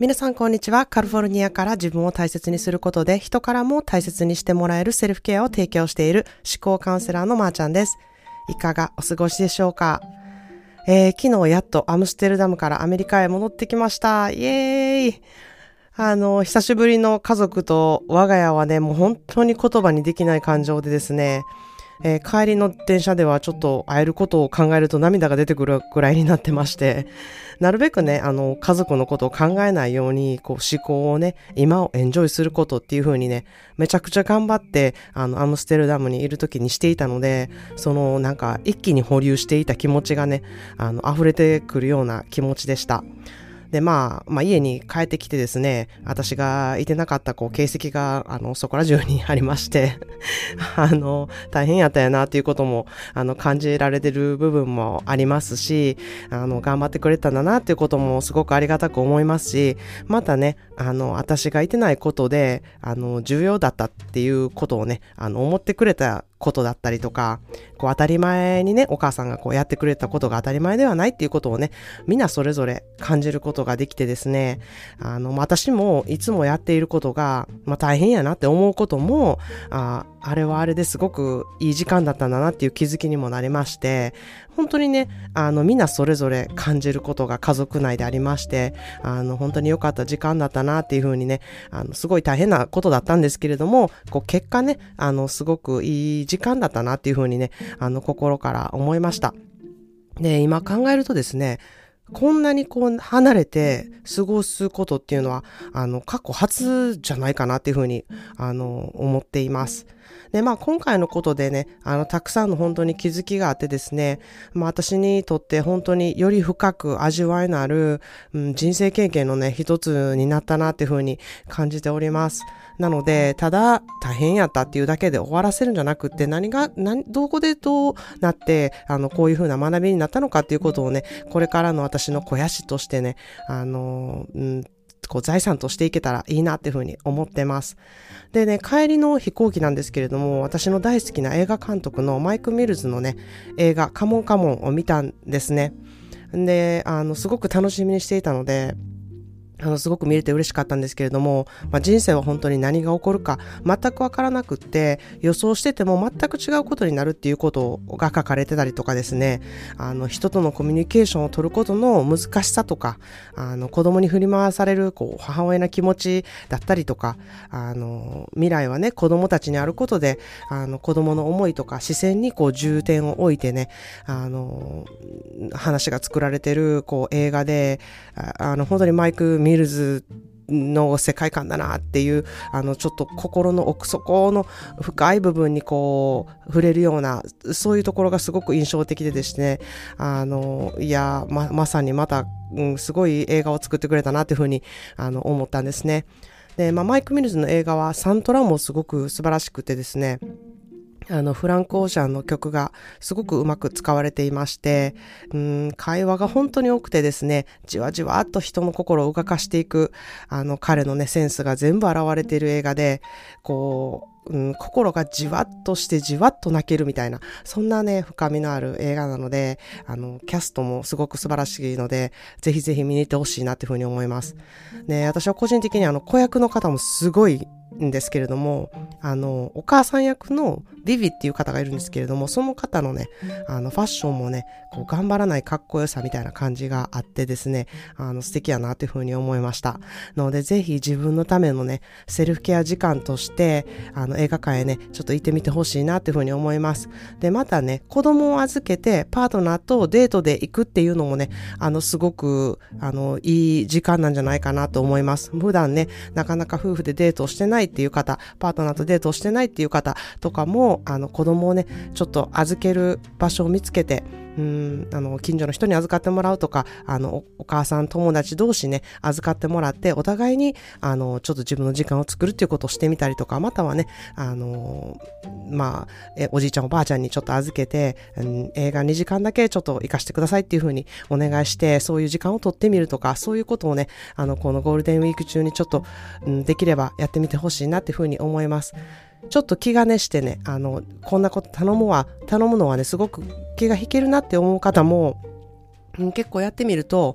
皆さんこんにちは。カリフォルニアから自分を大切にすることで人からも大切にしてもらえるセルフケアを提供している思考カウンセラーのまーちゃんです。いかがお過ごしでしょうか。昨日やっとアムステルダムからアメリカへ戻ってきました。イエーイ。久しぶりの家族と我が家はね、もう本当に言葉にできない感情でですね、帰りの電車ではちょっと会えることを考えると涙が出てくるくらいになってまして、なるべくね、家族のことを考えないように、思考をね、今をエンジョイすることっていう風にね、めちゃくちゃ頑張って、アムステルダムにいる時にしていたので、一気に保留していた気持ちがね、溢れてくるような気持ちでした。で、家に帰ってきてですね、私がいてなかった形跡が、そこら中にありまして、大変やったやなっていうことも、感じられてる部分もありますし、頑張ってくれたんだなっていうこともすごくありがたく思いますし、またね、私がいてないことで、重要だったっていうことをね、思ってくれたことだったりとか、当たり前にね、お母さんがやってくれたことが当たり前ではないっていうことをね、みんなそれぞれ感じることができてですね、私もいつもやっていることが、大変やなって思うことも、あれはあれですごくいい時間だったんだなっていう気づきにもなりまして、本当にね、みんなそれぞれ感じることが家族内でありまして、本当に良かった時間だったなっていうふうにね、すごい大変なことだったんですけれども、結果ね、すごくいい時間だったなっていうふうにね、心から思いました。で、今考えるとですね、こんなに離れて過ごすことっていうのは、過去初じゃないかなっていうふうに、思っています。で、今回のことでね、たくさんの本当に気づきがあってですね、私にとって本当により深く味わいのある、人生経験のね、一つになったなっていうふうに感じております。なので、ただ大変やったっていうだけで終わらせるんじゃなくって、どこでどうなって、こういうふうな学びになったのかっていうことをね、これからの私の肥やしとしてね、財産としていけたらいいなっていうふうに思ってます。でね、帰りの飛行機なんですけれども、私の大好きな映画監督のマイク・ミルズのね、映画カモンカモンを見たんですね。で、すごく楽しみにしていたので、すごく見れて嬉しかったんですけれども、人生は本当に何が起こるか全くわからなくって、予想してても全く違うことになるっていうことが書かれてたりとかですね、人とのコミュニケーションを取ることの難しさとか、子供に振り回される母親な気持ちだったりとか、未来はね、子供たちにあることで、子供の思いとか視線に重点を置いてね、話が作られてる映画で、本当にマイク・ミルズの世界観だなっていう、ちょっと心の奥底の深い部分に触れるような、そういうところがすごく印象的でですね、まさにまた、すごい映画を作ってくれたなっていうふうに、思ったんですね。で、マイク・ミルズの映画はサントラもすごく素晴らしくてですね、フランク・オーシャンの曲がすごくうまく使われていまして、会話が本当に多くてですね、じわじわっと人の心を動かしていく、彼のね、センスが全部現れている映画で、心がじわっとしてじわっと泣けるみたいな、そんなね、深みのある映画なので、キャストもすごく素晴らしいので、ぜひぜひ見に行ってほしいなっていうふうに思います。で、私は個人的に子役の方もすごいんですけれども、お母さん役のビビっていう方がいるんですけれども、その方のね、ファッションもね、頑張らないかっこよさみたいな感じがあってですね、素敵やなというふうに思いました。なので、ぜひ自分のためのね、セルフケア時間として、映画館へね、ちょっと行ってみてほしいなというふうに思います。で、またね、子供を預けてパートナーとデートで行くっていうのもね、すごく、いい時間なんじゃないかなと思います。普段ね、なかなか夫婦でデートをしてないっていう方、パートナーとデートをしてないっていう方とかも、子供をね、ちょっと預ける場所を見つけて、近所の人に預かってもらうとか、お母さん友達同士ね、預かってもらって、お互いに、ちょっと自分の時間を作るっていうことをしてみたりとか、またはね、おじいちゃんおばあちゃんにちょっと預けて、映画2時間だけちょっと行かしてくださいっていうふうにお願いして、そういう時間を取ってみるとか、そういうことをね、このゴールデンウィーク中にちょっと、できればやってみてほしいなっていうふうに思います。ちょっと気がねしてね、こんなこと頼むのはね、すごく気が引けるなって思う方も、結構やってみると、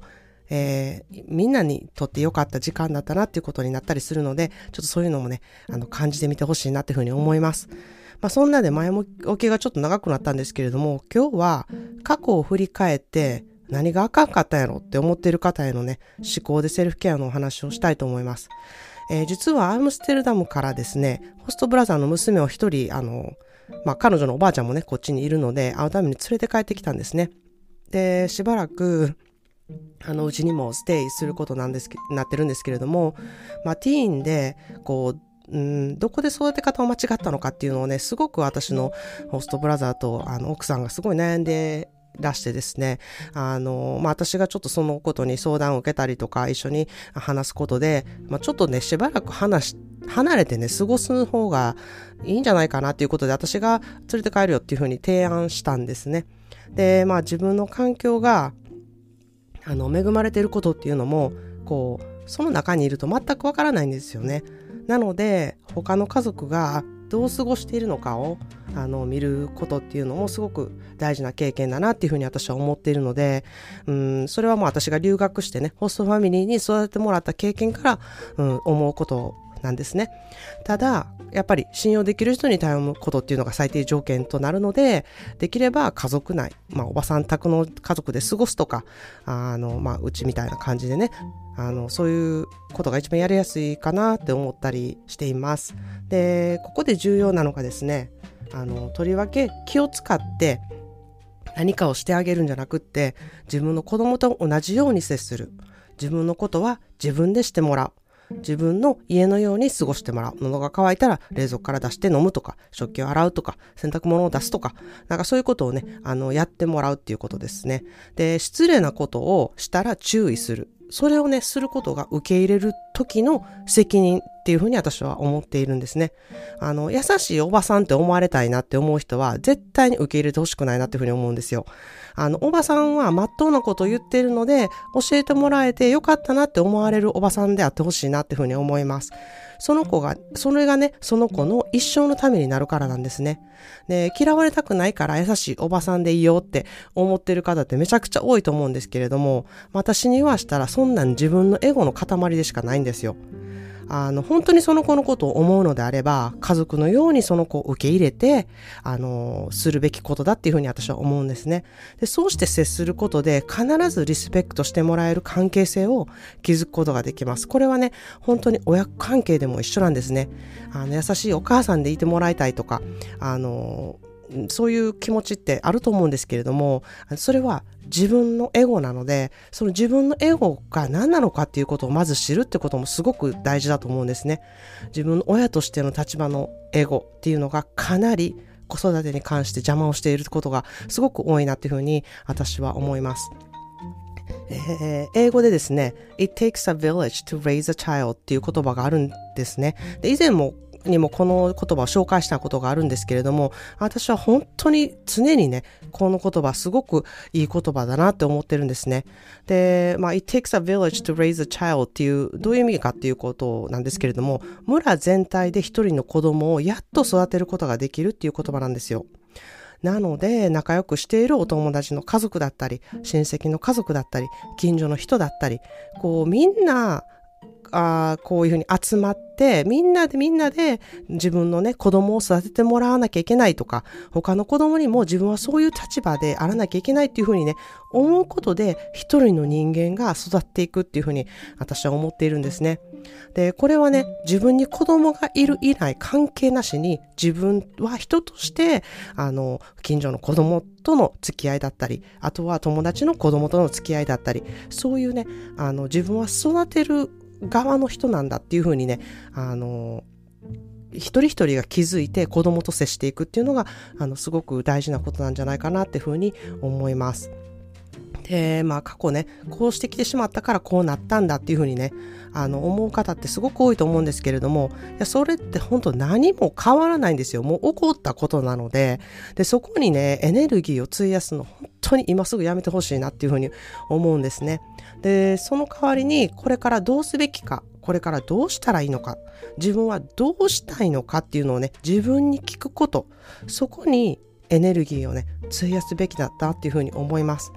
みんなにとって良かった時間だったなっていうことになったりするので、ちょっとそういうのもね、感じてみてほしいなっていうふうに思います。そんなで前置きがちょっと長くなったんですけれども、今日は過去を振り返って何があかんかったんやろって思っている方へのね、思考でセルフケアのお話をしたいと思います。実はアムステルダムからですね、ホストブラザーの娘を一人、彼女のおばあちゃんもね、こっちにいるので、会うために連れて帰ってきたんですね。で、しばらく、うちにもステイすることなってるんですけれども、ティーンで、どこで育て方を間違ったのかっていうのをね、すごく私のホストブラザーと、奥さんがすごい悩んでらしてですね、私がちょっとそのことに相談を受けたりとか、一緒に話すことで、ちょっとね、しばらく離れてね、過ごす方がいいんじゃないかなっていうことで、私が連れて帰るよっていうふうに提案したんですね。で、自分の環境が、恵まれていることっていうのも、その中にいると全くわからないんですよね。なので、他の家族がどう過ごしているのかを、見ることっていうのもすごく大事な経験だなっていうふうに私は思っているので、それはもう私が留学してね、ホストファミリーに育ててもらった経験から、思うことなんですね。ただ、やっぱり信用できる人に頼むことっていうのが最低条件となるので、できれば家族内、おばさん宅の家族で過ごすとか、うちみたいな感じでね、そういうことが一番やりやすいかなって思ったりしています。で、ここで重要なのがですね、とりわけ気を使って何かをしてあげるんじゃなくって、自分の子供と同じように接する。自分のことは自分でしてもらう。自分の家のように過ごしてもらう。喉が渇いたら冷蔵庫から出して飲むとか、食器を洗うとか、洗濯物を出すとか、そういうことをね、やってもらうっていうことですね。で、失礼なことをしたら注意する。それをね、することが受け入れる時の責任っていうふうに私は思っているんですね。優しいおばさんって思われたいなって思う人は絶対に受け入れてほしくないなっていうふうに思うんですよ。おばさんは真っ当なことを言っているので、教えてもらえてよかったなって思われるおばさんであってほしいなっていうふうに思います。それがね、その子の一生のためになるからなんですね。で、嫌われたくないから優しいおばさんでいいよって思ってる方ってめちゃくちゃ多いと思うんですけれども、私に言わしたらそんなん自分のエゴの塊でしかないんですよ。本当にその子のことを思うのであれば、家族のようにその子を受け入れて、するべきことだっていうふうに私は思うんですね。で、そうして接することで、必ずリスペクトしてもらえる関係性を築くことができます。これはね、本当に親子関係でも一緒なんですね。優しいお母さんでいてもらいたいとか、そういう気持ちってあると思うんですけれども、それは自分のエゴなので、その自分のエゴが何なのかっていうことをまず知るってこともすごく大事だと思うんですね。自分の親としての立場のエゴっていうのがかなり子育てに関して邪魔をしていることがすごく多いなっていうふうに私は思います。英語でですね、It takes a village to raise a child っていう言葉があるんですね。で、以前にもこの言葉を紹介したことがあるんですけれども、私は本当に常にね、この言葉すごくいい言葉だなって思ってるんですね。で、It takes a village to raise a child っていうどういう意味かっていうことなんですけれども、村全体で一人の子供をやっと育てることができるっていう言葉なんですよ。なので、仲良くしているお友達の家族だったり、親戚の家族だったり、近所の人だったり、みんなこういうふうに集まってみんなで自分のね子供を育ててもらわなきゃいけないとか、他の子供にも自分はそういう立場であらなきゃいけないっていうふうにね思うことで、一人の人間が育っていくっていうふうに私は思っているんですね。で、これはね、自分に子供がいるいない関係なしに、自分は人として近所の子供との付き合いだったり、あとは友達の子供との付き合いだったり、そういうね自分は育てる側の人なんだっていう風にね、一人一人が気づいて子供と接していくっていうのがすごく大事なことなんじゃないかなっていう風に思います。で、過去ね、こうしてきてしまったからこうなったんだっていう風にね思う方ってすごく多いと思うんですけれども、いや、それって本当何も変わらないんですよ。もう起こったことなので、そこにねエネルギーを費やすの本当に今すぐやめてほしいなっていう風に思うんですね。で、その代わりにこれからどうすべきか、これからどうしたらいいのか、自分はどうしたいのかっていうのをね自分に聞くこと、そこにエネルギーをね費やすべきだったっていう風に思います。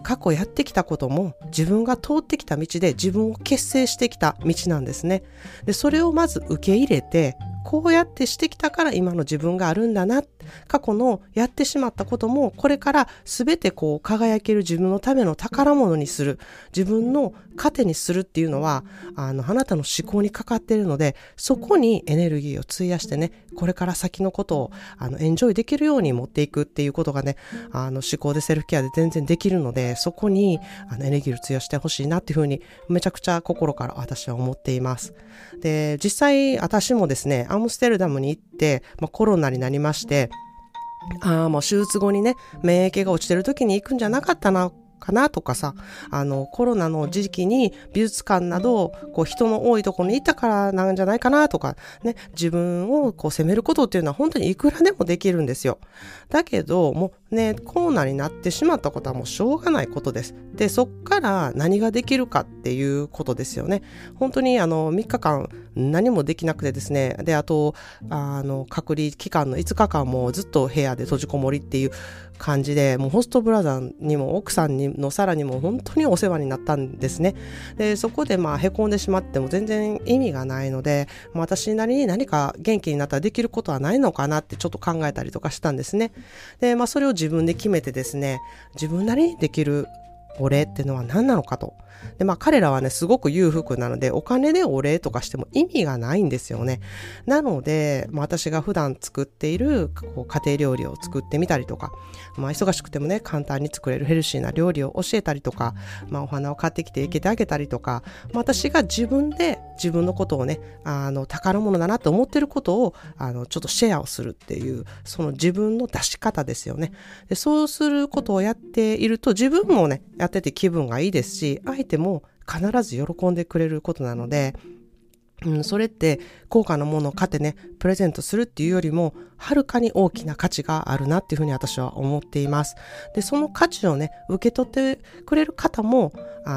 過去やってきたことも自分が通ってきた道で自分を結成してきた道なんですね。で、それをまず受け入れて、こうやってしてきたから今の自分があるんだな。過去のやってしまったこともこれから全て輝ける自分のための宝物にする、自分の糧にするっていうのはあなたの思考にかかっているので、そこにエネルギーを費やしてね、これから先のことをエンジョイできるように持っていくっていうことがね、思考でセルフケアで全然できるので、そこにエネルギーを費やしてほしいなっていうふうにめちゃくちゃ心から私は思っています。で、実際私もですね、アムステルダムに行って、コロナになりまして、もう手術後にね、免疫が落ちてる時に行くんじゃなかったなかなとかさ、コロナの時期に美術館など人の多いところに行ったからなんじゃないかなとかね、自分を責めることっていうのは本当にいくらでもできるんですよ。だけどもうね、コロナになってしまったことはもうしょうがないことです。で、そっから何ができるかっていうことですよね。本当に3日間何もできなくてですね、で、あと隔離期間の5日間もずっと部屋で閉じこもりっていう感じで、もうホストブラザーにも奥さんにのさらにも本当にお世話になったんですね。で、そこでへこんでしまっても全然意味がないので、私なりに何か元気になったらできることはないのかなってちょっと考えたりとかしたんですね。で、それを自分で決めてですね、自分なりにできるお礼っていうのは何なのかと。で、彼らはね、すごく裕福なので、お金でお礼とかしても意味がないんですよね。なので、私が普段作っている家庭料理を作ってみたりとか、忙しくてもね、簡単に作れるヘルシーな料理を教えたりとか、お花を買ってきて生けてあげたりとか、私が自分で自分のことをね、宝物だなと思ってることを、ちょっとシェアをするっていう、その自分の出し方ですよね。で、そうすることをやっていると、自分もね、やってて気分がいいですし、相手も必ず喜んでくれることなので、それって高価なものを買ってね、プレゼントするっていうよりも、はるかに大きな価値があるなっていうふうに私は思っています。で、その価値をね、受け取ってくれる方も、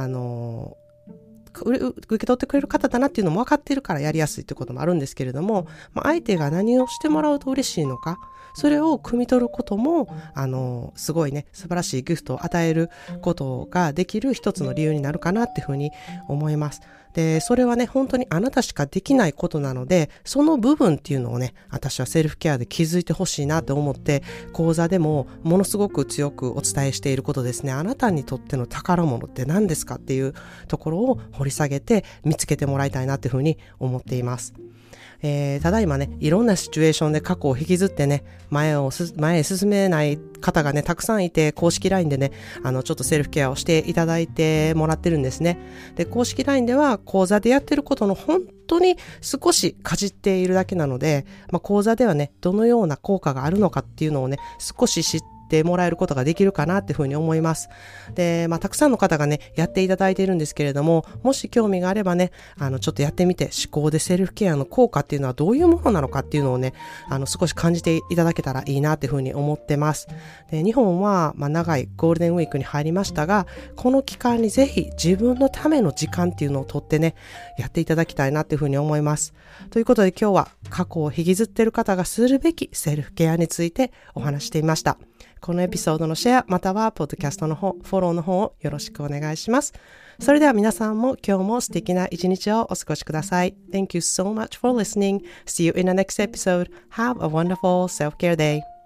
受け取ってくれる方だなっていうのも分かっているからやりやすいってこともあるんですけれども、相手が何をしてもらうと嬉しいのか、それを汲み取ることもすごいね、素晴らしいギフトを与えることができる一つの理由になるかなっていうふうに思います。で、それはね、本当にあなたしかできないことなので、その部分っていうのをね、私はセルフケアで気づいてほしいなと思って、講座でもものすごく強くお伝えしていることですね。あなたにとっての宝物って何ですかっていうところを掘り下げて見つけてもらいたいなっていうふうに思っています。ただいまね、いろんなシチュエーションで過去を引きずってね、前へ進めない方がね、たくさんいて、公式 LINE でね、ちょっとセルフケアをしていただいてもらってるんですね。で、公式 LINE では講座でやってることの本当に少しかじっているだけなので、講座ではね、どのような効果があるのかっていうのをね、少し知ってもらえることができるかなっていうふうに思います。で、たくさんの方がね、やっていただいているんですけれども、もし興味があればね、ちょっとやってみて、思考でセルフケアの効果っていうのはどういうものなのかっていうのをね、少し感じていただけたらいいなっていうふうに思ってます。で、日本は、長いゴールデンウィークに入りましたが、この期間にぜひ自分のための時間っていうのをとってね、やっていただきたいなっていうふうに思います。ということで今日は過去を引きずっている方がするべきセルフケアについてお話していました。このエピソードのシェアまたはポッドキャストのフォローの方をよろしくお願いします。それでは皆さんも今日も素敵な一日をお過ごしください。Thank you so much for listening. See you in the next episode. Have a wonderful self-care day.